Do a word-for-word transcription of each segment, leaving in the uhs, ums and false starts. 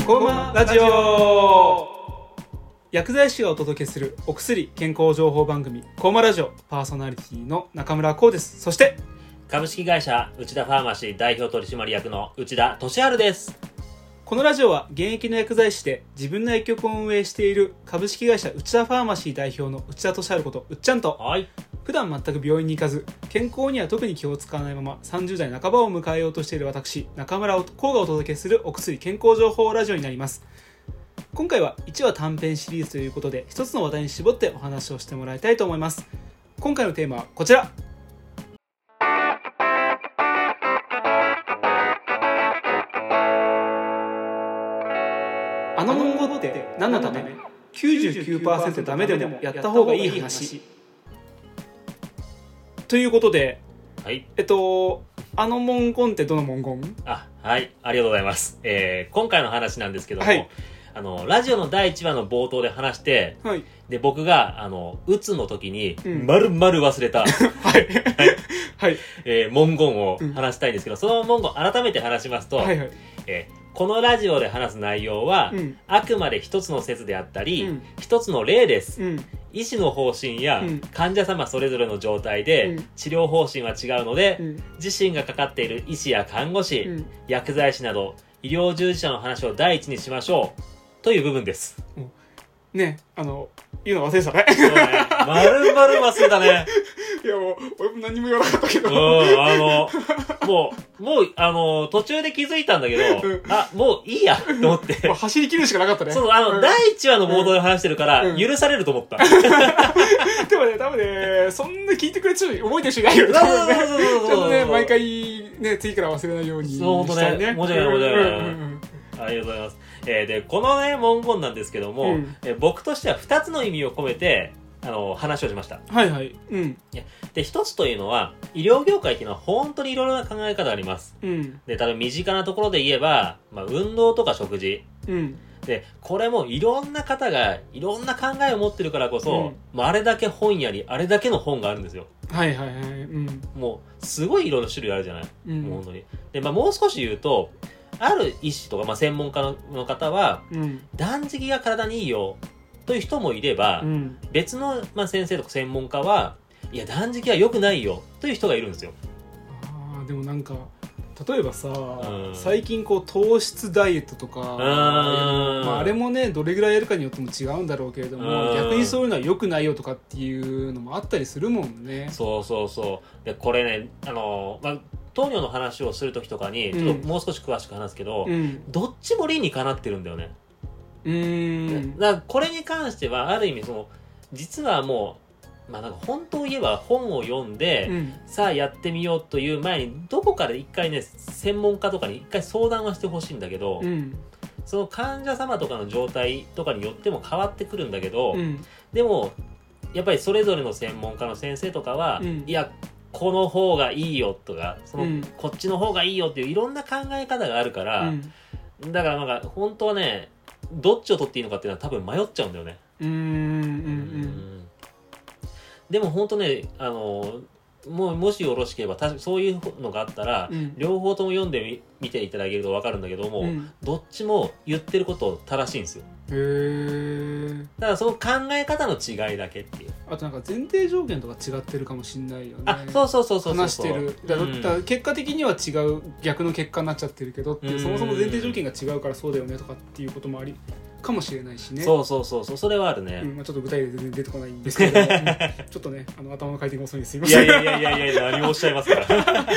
コウマラジオ。薬剤師がお届けするお薬健康情報番組コウマラジオ、パーソナリティの中村光です。そして株式会社内田ファーマシー代表取締役の内田俊治です。 このラジオは現役の薬剤師で自分の薬局を運営している株式会社内田ファーマシー代表の内田俊治ことうっちゃんと、 はい、 普段全く病院に行かず健康には特に気を使わないままさんじゅう代半ばを迎えようとしている私中村光がお届けするお薬健康情報ラジオになります。今回はいちわ短編シリーズということで一つの話題に絞ってお話をしてもらいたいと思います。今回のテーマはこちら。あの文言って何のため ?きゅうじゅうきゅうパーセント ダメでもやった方がいい話ということで、 はい、 えっとあの文言ってどの文言？ あ、はい、ありがとうございます。えー、今回の話なんですけども、はい、あのラジオのだいいちわの冒頭で話して、はい、で僕があのうつの時に丸々忘れた、うん、はいはい、えー、文言を話したいんですけど、うん、その文言改めて話しますと、はいはい、えーこのラジオで話す内容は、うん、あくまで一つの説であったり、うん、一つの例です、うん、医師の方針や、うん、患者様それぞれの状態で、うん、治療方針は違うので、うん、自身がかかっている医師や看護師、うん、薬剤師など医療従事者の話を第一にしましょうという部分です。 うん、ね、あの言うの忘れてたね。 そうね、丸々忘れたね。 いやもう俺も何も言わなかったけど、 うん、あのもうもうあの途中で気づいたんだけど、うん、あもういいやと思って走り切るしかなかったね。 そう、あの、うん、だいいちわの冒頭で話してるから、うん、許されると思った。 でもね、多分ね、そんな聞いてくれる人覚えてる人いないよね。多分ね、ちゃんとね、毎回ね、次から忘れないようにしたいね。 そうね、申し訳ない申し訳ない。うんうんうん、ありがとうございます。えー、でこのね文言なんですけども、うん、えー、僕としてはふたつの意味を込めてあの話をしました。 はいはい。うん。 でひとつというのは医療業界っていうのは本当にいろいろな考え方があります。うん。で多分身近なところで言えば、まあ、運動とか食事。うん。でこれもいろんな方がいろんな考えを持ってるからこそ、うん、まあ、あれだけ本やりあれだけの本があるんですよ。 はいはいはい。うん。 もうすごいいろいろ種類あるじゃない。うん、もう本当に。でまあもう少し言うと。ある医師とか、まあ、専門家の方は、うん、断食が体にいいよという人もいれば、うん、別の、まあ、先生とか専門家はいや断食は良くないよという人がいるんですよ。 あでもなんか例えばさ、うん、最近こう糖質ダイエットとか、まあ、あれもねどれぐらいやるかによっても違うんだろうけれども、逆にそういうのは良くないよとかっていうのもあったりするもんね。 そうそうそうでこれねあの、まあ糖尿の話をするときとかにちょっともう少し詳しく話すけど、うん、どっちも理にかなってるんだよね。うーんだからこれに関してはある意味その実はもう、まあ、なんか本当を言えば本を読んで、うん、さあやってみようという前にどこかで一回ね専門家とかに一回相談はしてほしいんだけど、うん、その患者様とかの状態とかによっても変わってくるんだけど、うん、でもやっぱりそれぞれの専門家の先生とかは、うん、いやこの方がいいよとかその、うん、こっちの方がいいよっていういろんな考え方があるから、うん、だからなんか本当はねどっちを取っていいのかっていうのは多分迷っちゃうんだよね。うーんうんうんでも本当ねあのもうもしよろしければたそういうのがあったら、うん、両方とも読んでみ見ていただけると分かるんだけども、うん、どっちも言ってること正しいんですよ。へー。だからその考え方の違いだけっていう。 あとなんか前提条件とか違ってるかもしれないよね。 あ、そうそうそうそうそう話してるだ、うん、だ結果的には違う逆の結果になっちゃってるけどっていう、うん、そもそも前提条件が違うからそうだよねとかっていうこともありかもしれないしね。 そうそうそうそうそれはあるね。 うんまあ、ちょっと具体で全然出てこないんですけど、うん、ちょっとねあの頭の回転が遅いんですいません。 いやいやいやいやいや何をおっしゃいますから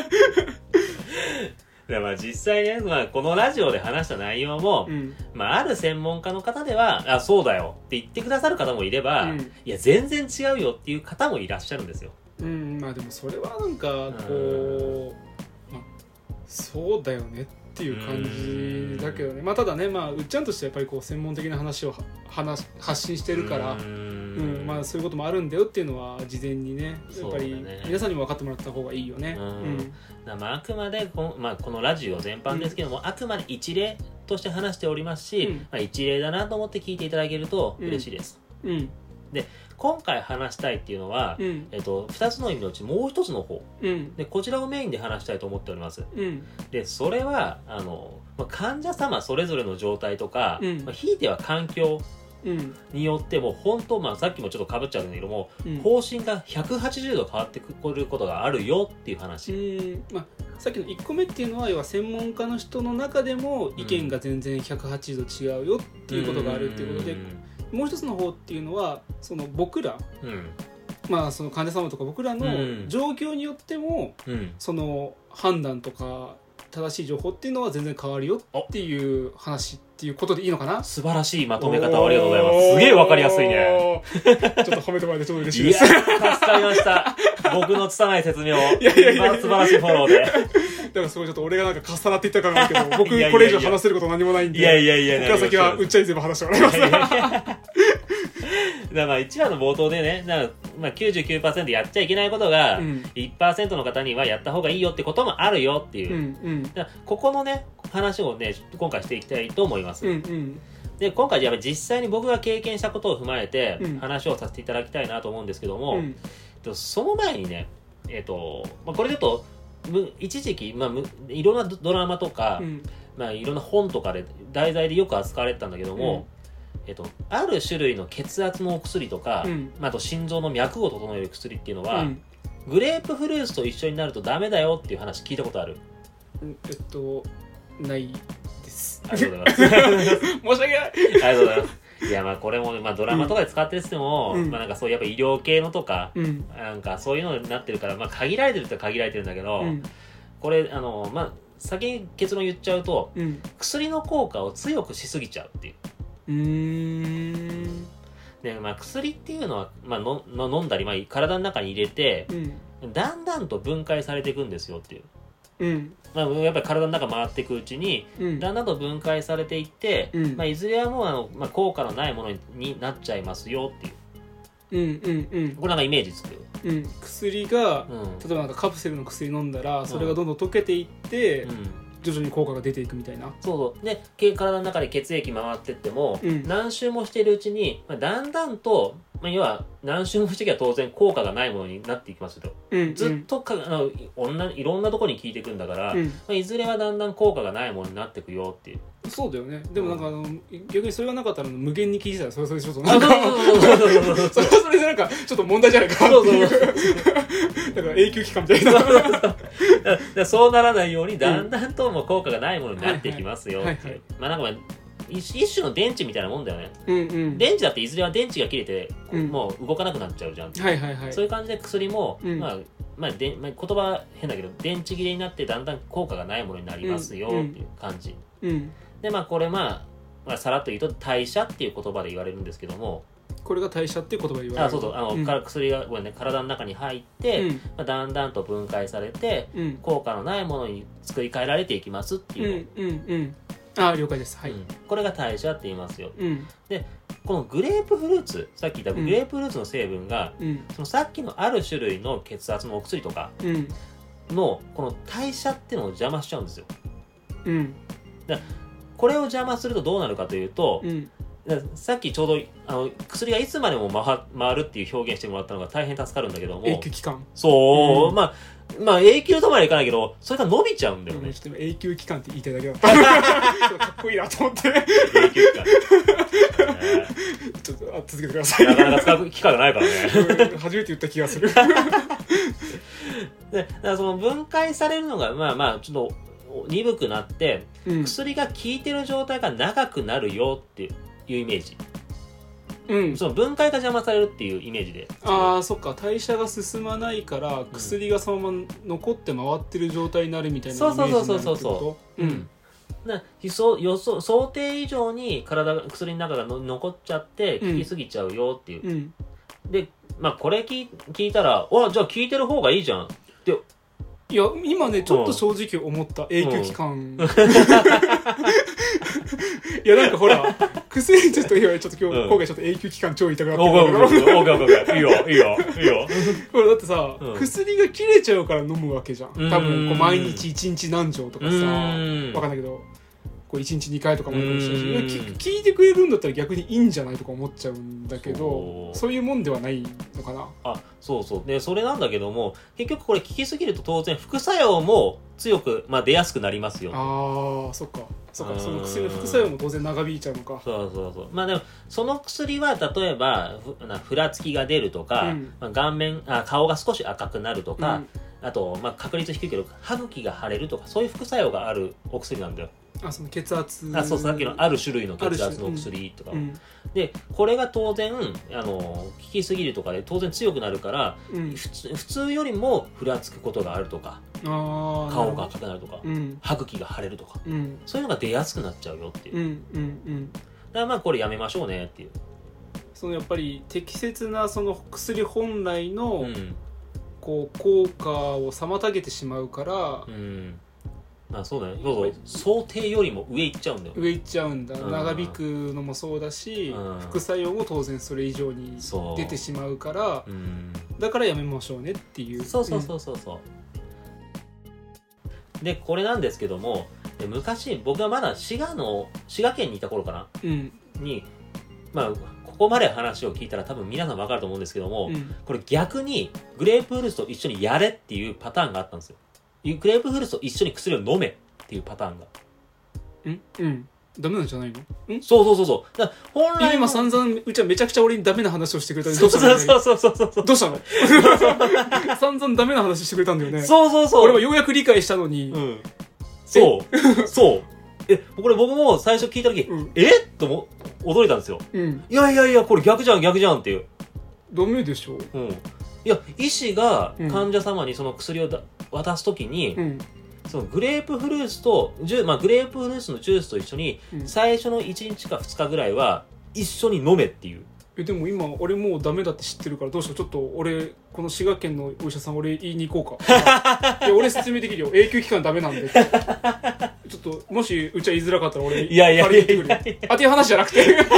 でまあ実際ね、まあ、このラジオで話した内容も、うんまあ、ある専門家の方ではあそうだよって言ってくださる方もいれば、うん、いや全然違うよっていう方もいらっしゃるんですよ。 うんまあでもそれはなんかこう、まあ、そうだよねっていう感じだけどね。まあただね、まあうっちゃんとしてやっぱりこう専門的な話を話発信してるから、うんうんまあそういうこともあるんだよっていうのは事前にねやっぱり皆さんにも分かってもらった方がいいよね。うんうんまあ、あくまでこの、まあ、このラジオ全般ですけども、うん、あくまで一例として話しておりますし、うんまあ、一例だなと思って聞いていただけると嬉しいです。うんうんで今回話したいっていうのは、うんえっと、ふたつの意味のうちもう一つの方、うん、でこちらをメインで話したいと思っております、うん、でそれはあの、まあ、患者様それぞれの状態とか、うんまあ、ひいては環境によっても本当、まあ、さっきもちょっと被っちゃうんだけども、うん、方針がひゃくはちじゅうど変わってくることがあるよっていう話。 うん、まあ、さっきのいっこめっていうのは要は専門家の人の中でも意見が全然ひゃくはちじゅうど違うよっていうことがあるっていうことで、うんもう一つの方っていうのはその僕ら、うんまあ、その患者様とか僕らの状況によっても、うん、その判断とか正しい情報っていうのは全然変わるよっていう話っていうことでいいのかな。 素晴らしいまとめ方をありがとうございます。すげえわかりやすいね。 ちょっと褒めてもらってちょっと嬉しいです。 いや助かりました。僕の拙い説明をいやいやいや素晴らしいフォローで。だからすごいちょっと俺がなんか重なっていったからだけど僕これ以上話せること何もないんで、 いやいやいや僕は先はうっちゃい全部話してもらいます。だからまあいちわの冒頭でね、なんかまあ きゅうじゅうきゅうパーセント やっちゃいけないことが いちパーセント の方にはやった方がいいよってこともあるよっていう、うんうん、だからここのね話をね今回していきたいと思います、うんうん、で今回やっぱり実際に僕が経験したことを踏まえて話をさせていただきたいなと思うんですけども、うん、その前にね、えーとまあ、これで言うと一時期、まあ、いろんなドラマとか、うんまあ、いろんな本とかで題材でよく扱われてたんだけども、うんえっと、ある種類の血圧のお薬とか、うんまあ、あと心臓の脈を整える薬っていうのは、うん、グレープフルーツと一緒になるとダメだよっていう話聞いたことある？ えっとないです。 ありがとうございます申し訳ないありがとうございますいやまあこれも、まあ、ドラマとかで使ってても、うんまあ、なんかそういうやっぱ医療系のとか、うん、なんかそういうのになってるから、まあ、限られてるって限られてるんだけど、うん、これあのまあ先に結論言っちゃうと、うん、薬の効果を強くしすぎちゃうっていう。うーんでまあ、薬っていうのは、まあ、のの飲んだり、まあ、体の中に入れて、うん、だんだんと分解されていくんですよっていう、うんまあ、やっぱり体の中回っていくうちに、うん、だんだんと分解されていって、うんまあ、いずれはもうあの、まあ、効果のないものになっちゃいますよっていう、うんうんうん、これなんかイメージつく、 うん、薬が、うん、例えばなんかカプセルの薬飲んだらそれがどんどん溶けていって、うん徐々に効果が出ていくみたいな。 そうそうで体の中で血液回ってっても、うん、何周もしているうちに、まあ、だんだんと、まあ、要は何周もしてきは当然効果がないものになっていきますよ、うん、ずっとかあの女いろんなところに効いていくんだから、うんまあ、いずれはだんだん効果がないものになっていくよっていう。 そうだよね。でもなんかあの、うん、逆にそれがなかったら無限に効いてたらそれはそれでちょっとなんかそれはそれでなんかちょっと問題じゃないかなっていうだから永久期間みたいなだそうならないようにだんだんとも効果がないものになっていきますよっていう。まあなんかまあ一, 一種の電池みたいなもんだよね、うんうん、電池だっていずれは電池が切れて、うん、もう動かなくなっちゃうじゃん、はいはいはい、そういう感じで薬も、うんまあまあでまあ、言葉変だけど電池切れになってだんだん効果がないものになりますよっていう感じ、うんうん、でまあこれまあ、まあ、さらっと言うと代謝っていう言葉で言われるんですけども、 これが代謝っていう言葉で言われる。 あそうそうあの、うん、薬が、ね、体の中に入って、うんまあ、だんだんと分解されて、うん、効果のないものに作り変えられていきますっていうの、うんうんうんあ了解です、はいうん、 これが代謝って言いますよ、うん、でこのグレープフルーツさっき言ったグレープフルーツの成分が、うん、そのさっきのある種類の血圧のお薬とかのこの代謝っていうのを邪魔しちゃうんですよ、うん、だこれを邪魔するとどうなるかというと、うんさっきちょうどあの薬がいつまでも回、回るっていう表現してもらったのが大変助かるんだけども永久期間そう、うん、まあまあ永久とまでいかないけどそれが伸びちゃうんだよね、 うん、永久期間って言いたいだけだったかっこいいなと思って永久期間ちょっとあ続けてくださいなかなか使う機会がないからね初めて言った気がするでだからその分解されるのがまあまあちょっと鈍くなって、うん、薬が効いてる状態が長くなるよっていういうイメージ、うん、その分解が邪魔されるっていうイメージで。 ああそっか代謝が進まないから薬がそのまま残って回ってる状態になるみたいなイメージになるってこと。そうそうそうそうそう、うん、 なそ予想想定以上に体が薬の中がの残っちゃって効きすぎちゃうよっていう、うん、でまあこれ聞い、聞いたらわじゃあ効いてる方がいいじゃんっていや今ねちょっと正直思った、うん、永久期間、うん、いやなんかほら薬ちょっといやちょっと今日、うん、今回ちょっと永久期間超痛くなってるいいよいいよいいよこれだってさ、うん、薬が切れちゃうから飲むわけじゃん多分こう毎日いちにち何錠とかさわかんないけどこういちにちにかいとかもあるかもしれないし、聞いてくれるんだったら逆にいいんじゃないとか思っちゃうんだけど、そういうもんではないのかな。 あ、そうそうでそれなんだけども、結局これ聞きすぎると当然副作用も強く、まあ、出やすくなりますよ。 ああ、そっかそっか、その薬の副作用も当然長引いちゃうのか。 そうそうそう。まあでもその薬は例えばふなふらつきが出るとか、うん、まあ、顔面あ顔が少し赤くなるとか、うん、あと、まあ、確率低いけど歯茎が腫れるとか、そういう副作用があるお薬なんだよ。 あ、その血圧、 あ、そう、さっきのある種類の血圧のお薬とか、うん、でこれが当然あの効きすぎるとかで当然強くなるから、うん、普通、普通よりもふらつくことがあるとか、あ、顔が赤くなるとか、うん、歯茎が腫れるとか、うん、そういうのが出やすくなっちゃうよっていう、うんうんうん、だからまあこれやめましょうねっていう。 そのやっぱり適切なその薬本来の、うん、こう効果を妨げてしまうから、うん、 まあそうだね、そう想定よりも上行っちゃうんだよ。 上行っちゃうんだ、うん、長引くのもそうだし、うん、副作用も当然それ以上に出てしまうから、うん、だからやめましょうねっていう。 そうそうそうそうそう、うん、でこれなんですけども、昔僕がまだ滋賀の滋賀県にいた頃かな、うん、にまあここまで話を聞いたら多分皆さん分かると思うんですけども、うん、これ逆にグレープフルーツと一緒にやれっていうパターンがあったんですよ。グレープフルーツと一緒に薬を飲めっていうパターンが。 んうんダメなんじゃないの？んそうそうそうそう。だから本来今散々うちはめちゃくちゃ俺にダメな話をしてくれたんで、 そうそうそうそうそうそう。 どうしたの？散々ダメな話してくれたんだよね。 そうそうそう。 俺はようやく理解したのに。うん、 そうそう。え、これ僕も最初聞いた時、うん、えっとも驚いたんですよ、うん。いやいやいやこれ逆じゃん逆じゃんっていう。 ダメでしょ。 うん。いや医師が患者様にその薬をだ、うん、渡す時に。うん、そのグレープフルーツと、まあ、グレープフルーツのジュースと一緒に最初のいちにちかふつかぐらいは一緒に飲めっていう。 えでも今俺もうダメだって知ってるからどうしよう。ちょっと俺この滋賀県のお医者さん俺言いに行こうか。いや俺説明できるよ。永久期間ダメなんで。ちょっともしうちは言いづらかったら俺いやいやいやいやいやあっていう話じゃなくて。だ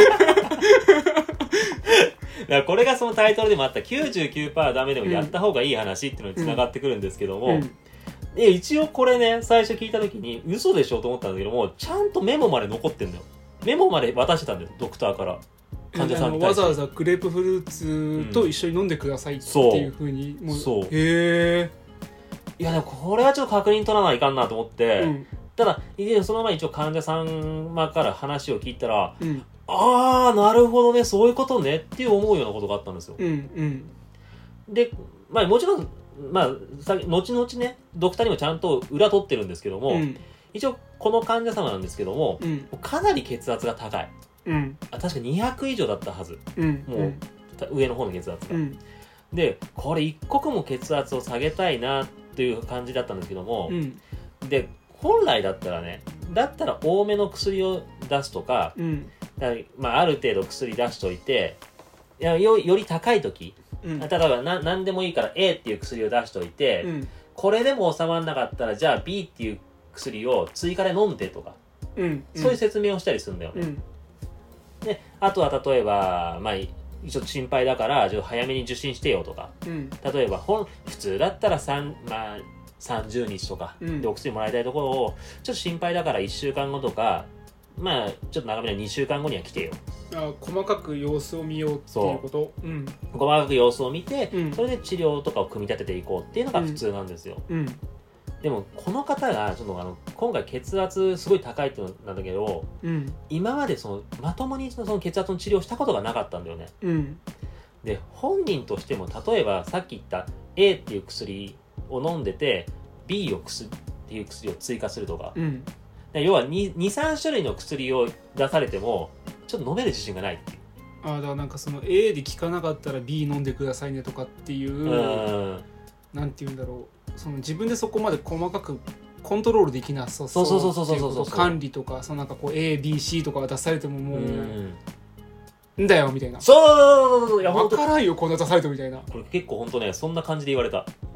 からこれがそのタイトルでもあった きゅうじゅうきゅうパーセント ダメでもやった方がいい話っていうのにつながってくるんですけども、うんうん、で一応これね最初聞いた時に嘘でしょと思ったんだけども、ちゃんとメモまで残ってんだよ。メモまで渡してたんだよドクターから患者さんに対して。 わざわざグレープフルーツと一緒に飲んでくださいっていう風に、うん、もうそうへえ。 いやでもこれはちょっと確認取らないかんなと思って、うん、ただその前に一応患者様から話を聞いたら、うん、ああなるほどねそういうことねっていう思うようなことがあったんですよ、うんうん、で、まあ、もちろん、まあ、後々ねドクターにもちゃんと裏取ってるんですけども、うん、一応この患者様なんですけども、うん、かなり血圧が高い、うん、あ確かにひゃく以上だったはず、うん、もう、うん、上の方の血圧が、うん、でこれ一刻も血圧を下げたいなっていう感じだったんですけども、うん、で本来だったらねだったら多めの薬を出すとか、うん、だからまあ、ある程度薬出しといていや よ, より高い時、うん、例えばな何でもいいから A っていう薬を出しといて、うん、これでも収まらなかったらじゃあ B っていう薬を追加で飲んでとか、うん、そういう説明をしたりするんだよね、うん、であとは例えば、まあ、ちょっと心配だからちょっと早めに受診してよとか、うん、例えば本普通だったら3、まあ、さんじゅうにちとかでお薬もらいたいところを、ちょっと心配だからいっしゅうかんごとかまあちょっと長めのにしゅうかんごには来てよ。 あ細かく様子を見ようっていうこと、うん、 細かく様子を見て、うん、それで治療とかを組み立てていこうっていうのが普通なんですよ、うんうん、でもこの方がちょっとあの今回血圧すごい高いってなんだけど、うん、今までそのまともにその血圧の治療をしたことがなかったんだよね、うん、で本人としても例えばさっき言った A っていう薬を飲んでて B を薬っていう薬を追加するとか、うん、要は にさん種類の薬を出されてもちょっと飲める自信がないっていう。 ああだからなんかその A で効かなかったら B 飲んでくださいねとかっていう、うん、なんていうんだろうその自分でそこまで細かくコントロールできなさそうそうそうそうそうそう管理とかそのなんかこう A、B、C とか出されてももう、うん、んだよみたいな。 そうそうそうそういや分からんよこんな出されてもみたいな。 これ結構本当ねそんな感じで言われた。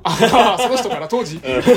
ああその人から当時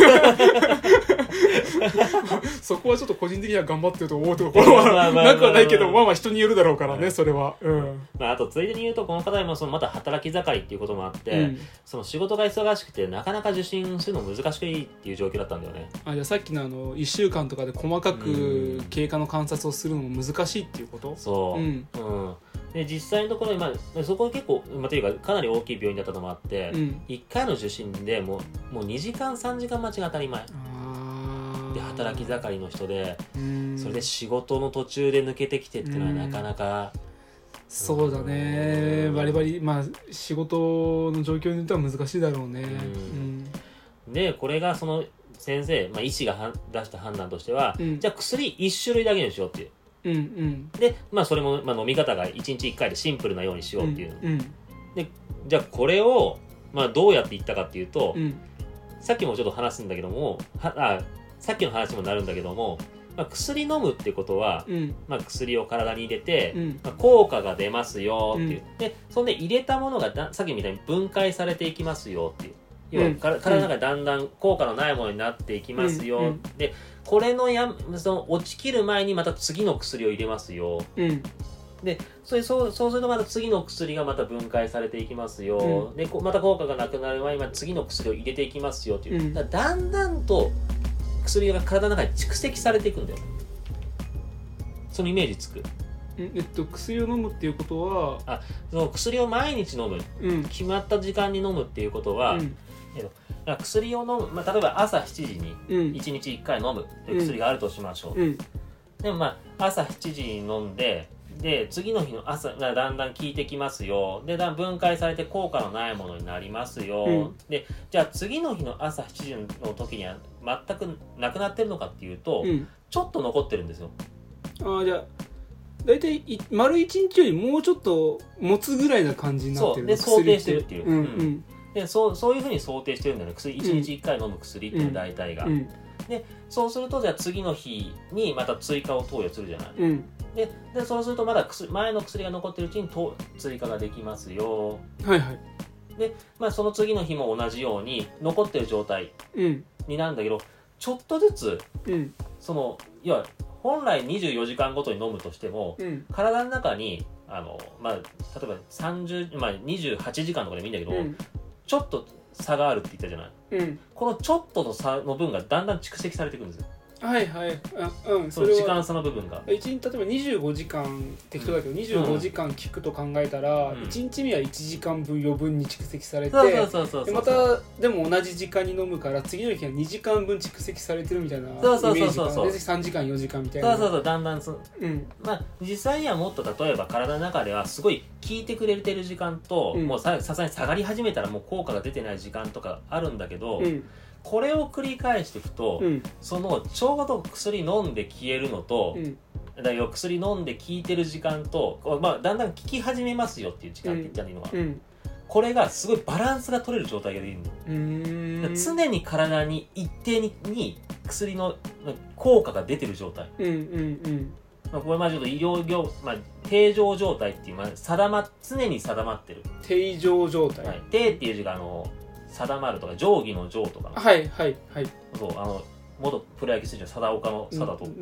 そこはちょっと個人的には頑張ってると思うところはなくはないけど、まあまあ人によるだろうからね、それは、うんまあ、あとついでに言うとこの方にもそのまた働き盛りっていうこともあって、うん、その仕事が忙しくてなかなか受診するの難しいっていう状況だったんだよね。 あ、じゃあさっきのあのいっしゅうかんとかで細かく経過の観察をするのも難しいっていうこと？ そう、うんうん、で実際のところ今そこ結構、まあ、というかかなり大きい病院だったのもあって、うん、いっかいの受診でもう、もうにじかんさんじかん待ちが当たり前で、働き盛りの人で、それで仕事の途中で抜けてきてっていうのはなかなか、 そうだね、バリバリ、まあ仕事の状況によっては難しいだろうね。 うん、でこれがその先生、まあ、医師が出した判断としては、うん、じゃあ薬いち種類だけにしようっていう、うんうん、で、まあ、それも、まあ、飲み方がいちにちいっかいでシンプルなようにしようっていう、うんうん、でじゃあこれを、まあ、どうやっていったかっていうと、うん、さっきもちょっと話すんだけどもはあさっきの話にもなるんだけども、まあ、薬飲むってことは、うんまあ、薬を体に入れて、うんまあ、効果が出ますよっていう、うん、でそんで入れたものがださっきみたいに分解されていきますよっていう、要は、うん、体の中でだんだん効果のないものになっていきますよ、うん、でこれのやその落ちきる前にまた次の薬を入れますよ、うん、でそれそうそうするとまた次の薬がまた分解されていきますよ、うん、でまた効果がなくなる前に次の薬を入れていきますよっていう、うん、だ, だんだんと薬が体の中に蓄積されていくんだよ。そのイメージつく？ えっと、薬を飲むっていうことはあその薬を毎日飲む、うん、決まった時間に飲むっていうことは、うんえっと、薬を飲む、まあ、例えば朝しちじにいちにちいっかい飲むっていう薬があるとしましょう、うん、でもまあ朝しちじに飲んでで次の日の朝がだんだん効いてきますよ、でだん分解されて効果のないものになりますよ、うん、でじゃあ次の日の朝しちじの時には全くなくなってるのかっていうと、うん、ちょっと残ってるんですよ。 ああじゃあ大体丸いちにちよりもうちょっと持つぐらいな感じになってる。 そうで想定してるっていう、うんうん、でそうそういうふうに想定してるんだよね。薬いちにちいっかい飲む薬っていう大体が、うんうん、でそうするとじゃあ次の日にまた追加を投与するじゃない、うん、ででそうするとまだ薬前の薬が残ってるうちに追加ができますよ。 はいはい。 で、まあ、その次の日も同じように残ってる状態になるんだけど、うん、ちょっとずつ、うん、そのいわゆる本来にじゅうよじかんごとに飲むとしても、うん、体の中にあの、まあ、例えばさんじゅう、まあ、にじゅうはちじかんとかでもいいんだけど、うん、ちょっと差があるって言ったじゃない、うん、このちょっとの差の分がだんだん蓄積されていくんですよ。 はいはい、あ、うん、 その時間差の部分がいちにち例えばにじゅうごじかん適当だけど、うん、にじゅうごじかん効くと考えたら、うん、いちにちめはいちじかんぶん余分に蓄積されて、でまたでも同じ時間に飲むから次の日はにじかんぶん蓄積されてるみたいなイメージがでさんじかんよじかんみたいな。 そうそうそうだんだんそ、うん、まあ実際にはもっと例えば体の中ではすごい効いてくれてる時間と、うん、もうさすがに下がり始めたらもう効果が出てない時間とかあるんだけど、うんこれを繰り返していくと、うん、そのちょうど薬飲んで消えるのと、うん、だよ薬飲んで効いてる時間と、まあ、だんだん効き始めますよっていう時間って言ったらいいのは、うん、これがすごいバランスが取れる状態ができるの。うーん常に体に一定にに薬の効果が出てる状態、うんうんうんまあ、これまあちょっと医療業、まあ、定常状態っていう、まあ、定ま常に定まってる定常状態、 はい、定っていう字があの定まるとか定規の定とかはいはいはいそうあの元プロ野球選手の貞岡の貞と、うん、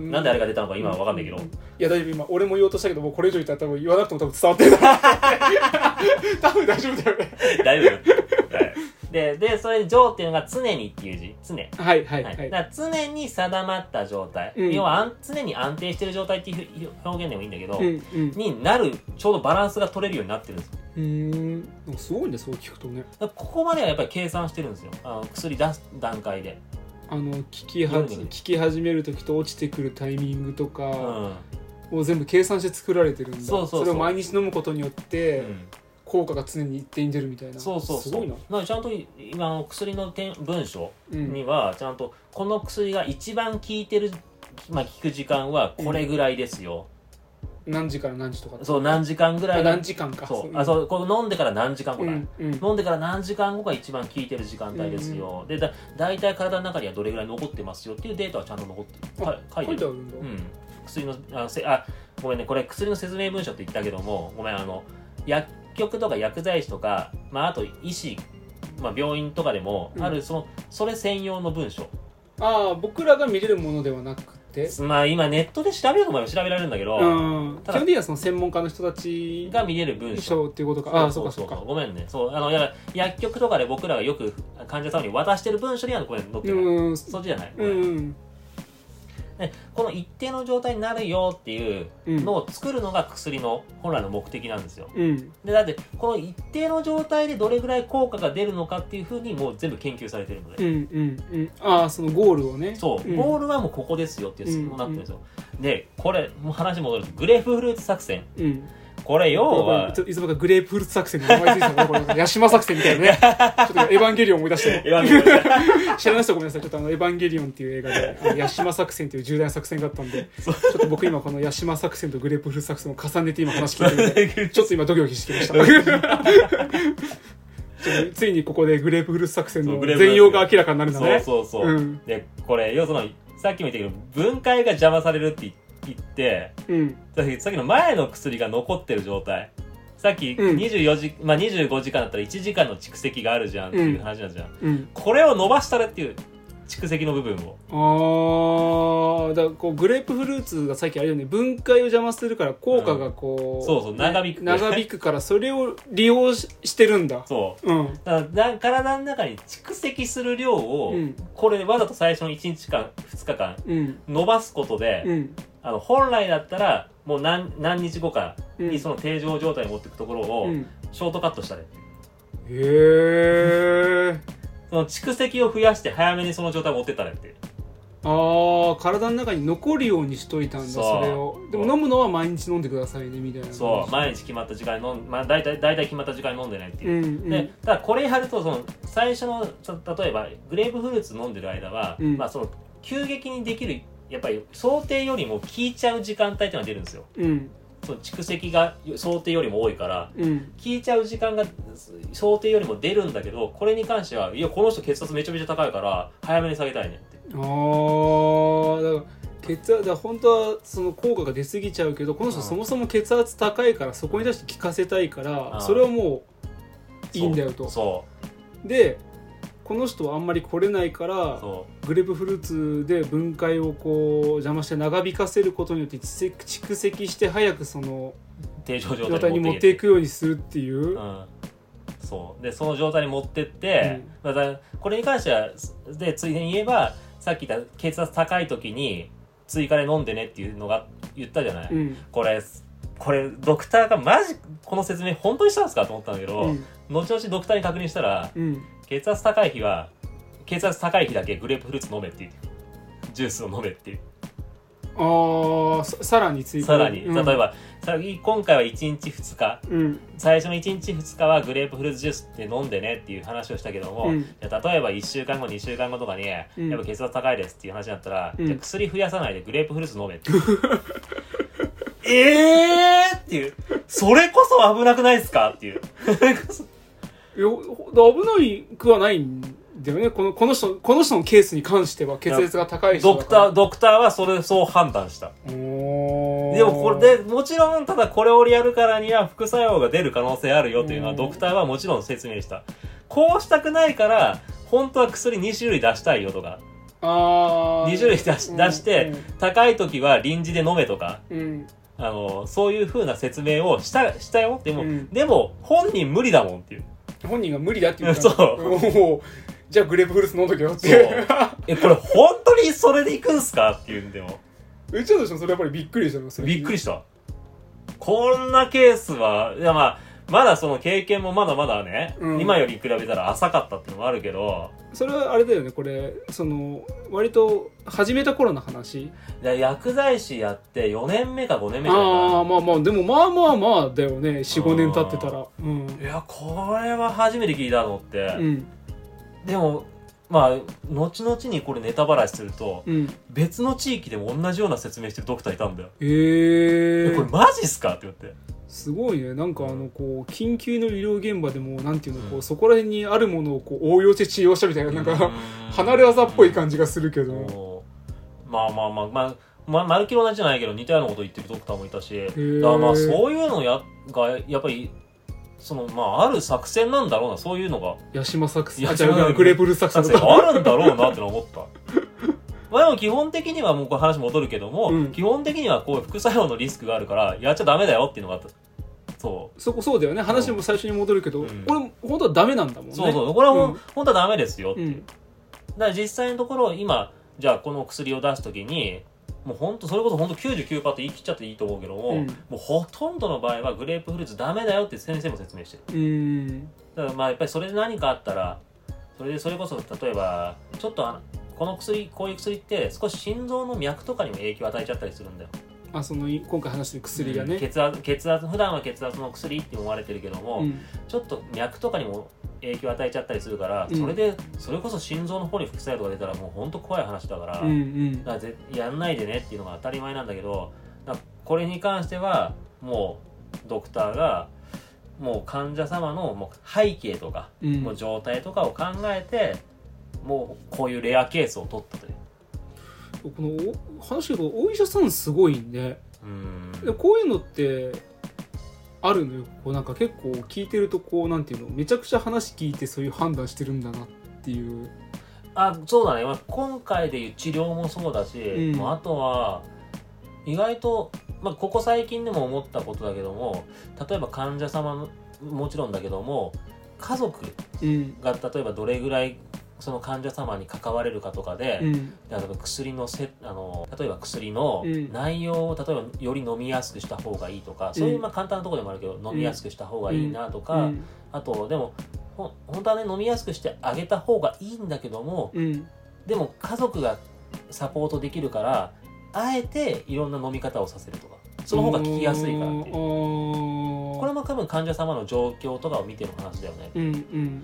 なんであれが出たのか今は分かんないけど、うん、いや大丈夫今俺も言おうとしたけどもうこれ以上言ったら多分言わなくても多分伝わってる多分大丈夫だよね大丈夫、はい、ででそれ定っていうのが常にっていう字常はいはいはい、はい、 だから常に定まった状態、うん、要は常に安定してる状態っていう表現でもいいんだけど、うんうん、になるちょうどバランスが取れるようになってるんですよ。 うーんすごいねそう聞くとね。 ここまではやっぱり計算してるんですよあの薬出す段階で。 あの聞きは聞き始める時と落ちてくるタイミングとかを全部計算して作られてるんだ、うん、そうそうそうそれを毎日飲むことによって、うん、効果が常に一定に出るみたいな。 そうそうそうすごいな。なのでちゃんと今の薬の文章にはちゃんとこの薬が一番効いてる、まあ、効く時間はこれぐらいですよ、 うん、何時から何時とかそう何時間ぐらい何時間かそう、うん、あそうこれ飲んでから何時間後だ、うんうん、飲んでから何時間後が一番効いてる時間帯ですよ、うんうん、でだ大体体の中にはどれぐらい残ってますよっていうデータはちゃんと残ってるあ書いてあるんだ、 うん、薬のあせあごめんねこれ薬の説明文書って言ったけどもごめんあの薬局とか薬剤師とか、まあ、あと医師まあ、病院とかでもあるその、うん、それ専用の文書。 ああ、僕らが見れるものではなくて、 まあ今ネットで調べようと思えば調べられるんだけど、うん、 基本的にはその専門家の人たちが見れる文書っていうことか。ああ、そうかそうか。 ごめんね。そう、あのや薬局とかで僕らがよく患者さんに渡してる文書にはこれ載ってない。うん、そっちじゃない。うん。でこの一定の状態になるよっていうのを作るのが薬の本来の目的なんですよ、うん、でだってこの一定の状態でどれぐらい効果が出るのかっていうふうにもう全部研究されてるので、 うんうんうん、ああそのゴールをね、 そう、うん、ゴールはもうここですよっていうそうなってるんですよ、うんうん、でこれもう話戻るとグレープフルーツ作戦、うん、これ要はいつもかグレープフルーツ作戦の名前ついてたのこれヤシマ作戦みたいなねちょっとエヴァンゲリオン思い出して知らない人ごめんなさい。ちょっとあのエヴァンゲリオンっていう映画でヤシマ作戦っていう重大な作戦があったんでちょっと僕今このヤシマ作戦とグレープフルーツ作戦を重ねて今話聞いてるんでちょっと今ドキドキしてきましたついにここでグレープフルーツ作戦の全容が明らかになるんだね。 そうそうそう、うん、でこれ要するにさっきも言ったけど分解が邪魔されるって言って、うん、さっきの前の薬が残ってる状態、さっきにじゅうよじ、うんまあ、にじゅうごじかんだったらいちじかんの蓄積があるじゃんっていう話なんじゃん、うん、これを伸ばしたらっていう蓄積の部分をああだからこうグレープフルーツがさっきあれよね分解を邪魔するから効果がこう、 うん、そうそう長引く長引くからそれを利用 し, してるんだそう、うん、だから体の中に蓄積する量を、うん、これわざと最初のいちにちかんふつかかん伸ばすことで、うん、あの本来だったらもう 何, 何日後かにその定常状態に持っていくところをショートカットしたね、 うん、へえその蓄積を増やして早めにその状態を持ってったねってああ体の中に残るようにしといたんだ そ, それをでも飲むのは毎日飲んでくださいねみたいなそう毎日決まった時間に飲ん、まあ、大体大体決まった時間に飲んでねっていう、うんうん、でただこれやるとその最初の例えばグレープフルーツ飲んでる間は、うんまあ、その急激にできるやっぱり想定よりも効いちゃう時間帯っていうのが出るんですよ、うん、その蓄積が想定よりも多いから、うん、効いちゃう時間が想定よりも出るんだけどこれに関してはいやこの人血圧めちゃめちゃ高いから早めに下げたいねってああだから血圧だ本当はその効果が出過ぎちゃうけどこの人そもそも血圧高いからそこに対して効かせたいから、うん、それはもういいんだよとそうでこの人はあんまり来れないからグレープフルーツで分解をこう邪魔して長引かせることによって蓄積して早くその定常状態に持っていくようにするっていう、うん、 そうでその状態に持ってって、うん、またこれに関してはでついでに言えばさっき言った血圧高い時に追加で飲んでねっていうのが言ったじゃない、うん、これこれドクターがマジこの説明本当にしたんですかと思ったんだけど、うん、後々ドクターに確認したら、うん血圧高い日は血圧高い日だけグレープフルーツ飲めっていうジュースを飲めっていうああ さ, さらに追加さらに、うん、例えば今回はいちにちふつか、うん、最初のいちにちふつかはグレープフルーツジュースって飲んでねっていう話をしたけども、うん、例えばいっしゅうかんごにしゅうかんごとかに、うん、やっぱ血圧高いですっていう話になったら、うん、じゃ薬増やさないでグレープフルーツ飲めってえーっていうそれこそ危なくないですかっていういや危ないくはないんだよねこの、この人この人のケースに関しては血圧が高い人だからドクタードクターはそれそう判断したでもこれでもちろんただこれをやるからには副作用が出る可能性あるよというのはドクターはもちろん説明したこうしたくないから本当は薬に種類出したいよとかあに種類出 し, 出して、うん、高い時は臨時で飲めとか、うんあのそういう風な説明をし た, したよでも、うん、でも本人無理だもんっていう本人が無理だって言うからそうじゃあグレープフルーツ飲んどけよってえこれ本当にそれでいくんすかっていうんでもうちとしてもそれやっぱりびっくりしたのびっくりしたこんなケースはいやまあまだその経験もまだまだね、うん、今より比べたら浅かったっていうのもあるけどそれはあれだよねこれその割と始めた頃の話薬剤師やってよねんめかごねんめかああまあまあでもまあまあまあだよね よん,ご 年経ってたら、うん、 いやこれは初めて聞いたと思って、うん、でもまあ後々にこれネタバラシすると、うん、別の地域でも同じような説明してるドクターいたんだよへえー、これマジっすかって言ってすごいねなんかあのこう緊急の医療現場でもなんていうのこう、うん、そこら辺にあるものをこう応用して治療したみたいななんか離れ技っぽい感じがするけどまあまあまあまあままるっきり同じじゃないけど似たようなこと言ってるドクターもいたしだからまあそういうのやがやっぱりそのまあある作戦なんだろうな、そういうのがヤシマ作戦、 ヤシマあ、違う、グレープフルーツ作戦があるんだろうなって思ったまあでも基本的にはもうこれ話戻るけども、うん、基本的にはこう副作用のリスクがあるからやっちゃダメだよっていうのがあった。そうそこそうだよね、話も最初に戻るけど、うん、これ本当はダメなんだもんね。 そうそう、これはもう、うん、本当はダメですよっていう、うん、だから実際のところ今じゃあこの薬を出すときにもう本当それこそ本当 きゅうじゅうきゅうパーセント って言い切っちゃっていいと思うけども、うん、もうほとんどの場合はグレープフルーツダメだよって先生も説明してる。うんだからまあやっぱりそれで何かあったらそれでそれこそ例えばちょっとあのこの薬こういう薬って少し心臓の脈とかにも影響を与えちゃったりするんだよ。 あ、その今回話してる薬がね、 うん、血圧血圧普段は血圧の薬って思われてるけども、うん、ちょっと脈とかにも影響を与えちゃったりするから、うん、それでそれこそ心臓の方に副作用とか出たらもう本当怖い話だから、うんうん、だからぜやんないでねっていうのが当たり前なんだけど、だこれに関してはもうドクターがもう患者様のもう背景とか、うん、もう状態とかを考えてもうこういうレアケースを取ったという。 この話がお医者さんすごいね。うんでこういうのってあるのよ。こうなんか結構聞いてるとこうなんていうのめちゃくちゃ話聞いてそういう判断してるんだなっていう。 あ、そうだね、まあ、今回でいう治療もそうだし、うんまあ、あとは意外と、まあ、ここ最近でも思ったことだけども、例えば患者様のもちろんだけども家族が例えばどれぐらいその患者様に関われるかとかで、うん、例えば薬のせあの例えば薬の内容を例えばより飲みやすくした方がいいとか、うん、そういうまあ簡単なところでもあるけど、うん、飲みやすくした方がいいなとか、うん、あとでもほ本当はね飲みやすくしてあげた方がいいんだけども、うん、でも家族がサポートできるからあえていろんな飲み方をさせるとか、その方が効きやすいからっていう。これも多分患者様の状況とかを見てる話だよね、うんうん、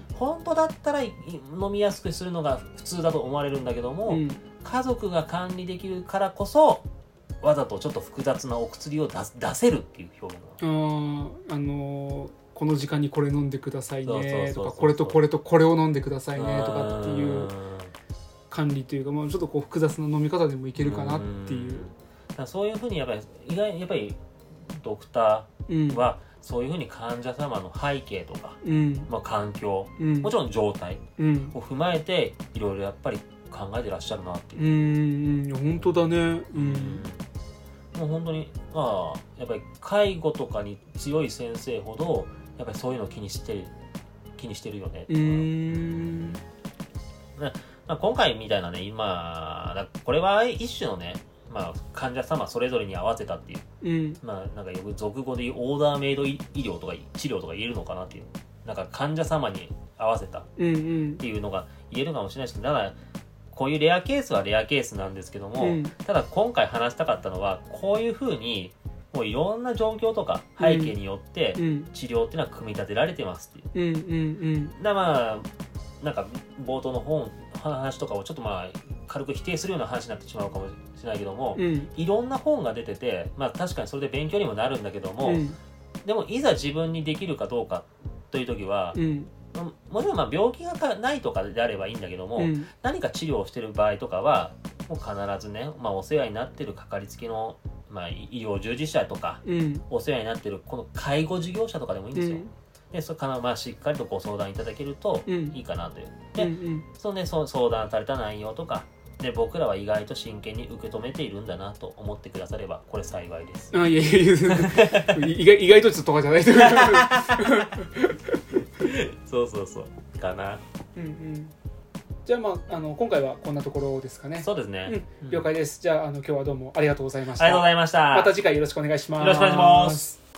本当だったら飲みやすくするのが普通だと思われるんだけども、うん、家族が管理できるからこそわざとちょっと複雑なお薬を 出, 出せるっていう表現が あ, あのー、この時間にこれ飲んでくださいねとか、これとこれとこれを飲んでくださいねとかっていう管理というか、まあ、ちょっとこう複雑な飲み方でもいけるかなっていう。 うそういうふうにやっぱり意外やっぱりドクターは、うんそういうふうに患者様の背景とか、うんまあ、環境、うん、もちろん状態を踏まえていろいろやっぱり考えてらっしゃるなっていう。 うん、本当だね、うん、 もう本当にまあやっぱり介護とかに強い先生ほどやっぱりそういうのを気にしてる気にしてるよねとか。うんね、まあ、今回みたいなね今これは一種のねまあ、患者様それぞれに合わせたっていう、うん、まあなんかよく俗語で言うオーダーメイド医療とか治療とか言えるのかなっていう、なんか患者様に合わせたっていうのが言えるかもしれないですけど、だからこういうレアケースはレアケースなんですけども、うん、ただ今回話したかったのはこういうふうにもういろんな状況とか背景によって治療っていうのは組み立てられてますっていう、うんうんうん、だまあなんか冒頭の本話とかをちょっとまあ軽く否定するような話になってしまうかもしれないけども、うん、いろんな本が出てて、まあ、確かにそれで勉強にもなるんだけども、うん、でもいざ自分にできるかどうかという時は、うん、もちろんまあ病気がないとかであればいいんだけども、うん、何か治療をしている場合とかはもう必ずね、まあ、お世話になっているかかりつけの、まあ、医療従事者とか、うん、お世話になっているこの介護事業者とかでもいいんですよ、でそれからまあしっかりとご相談いただけるといいかなという、で、うんうん、そのね、そ相談された内容とかで僕らは意外と真剣に受け止めているんだなと思ってくださればこれ幸いです。 あ、いやいやいや意外、意外とちょっとかじゃないそうそうそうかな、うんうん、 じゃあ、まあ、あの今回はこんなところですかね。 そうですね、 うん、了解です。じゃあ、あの今日はどうもありがとうございました。 ありがとうございました。 また次回よろしくお願いします。 よろしくお願いします。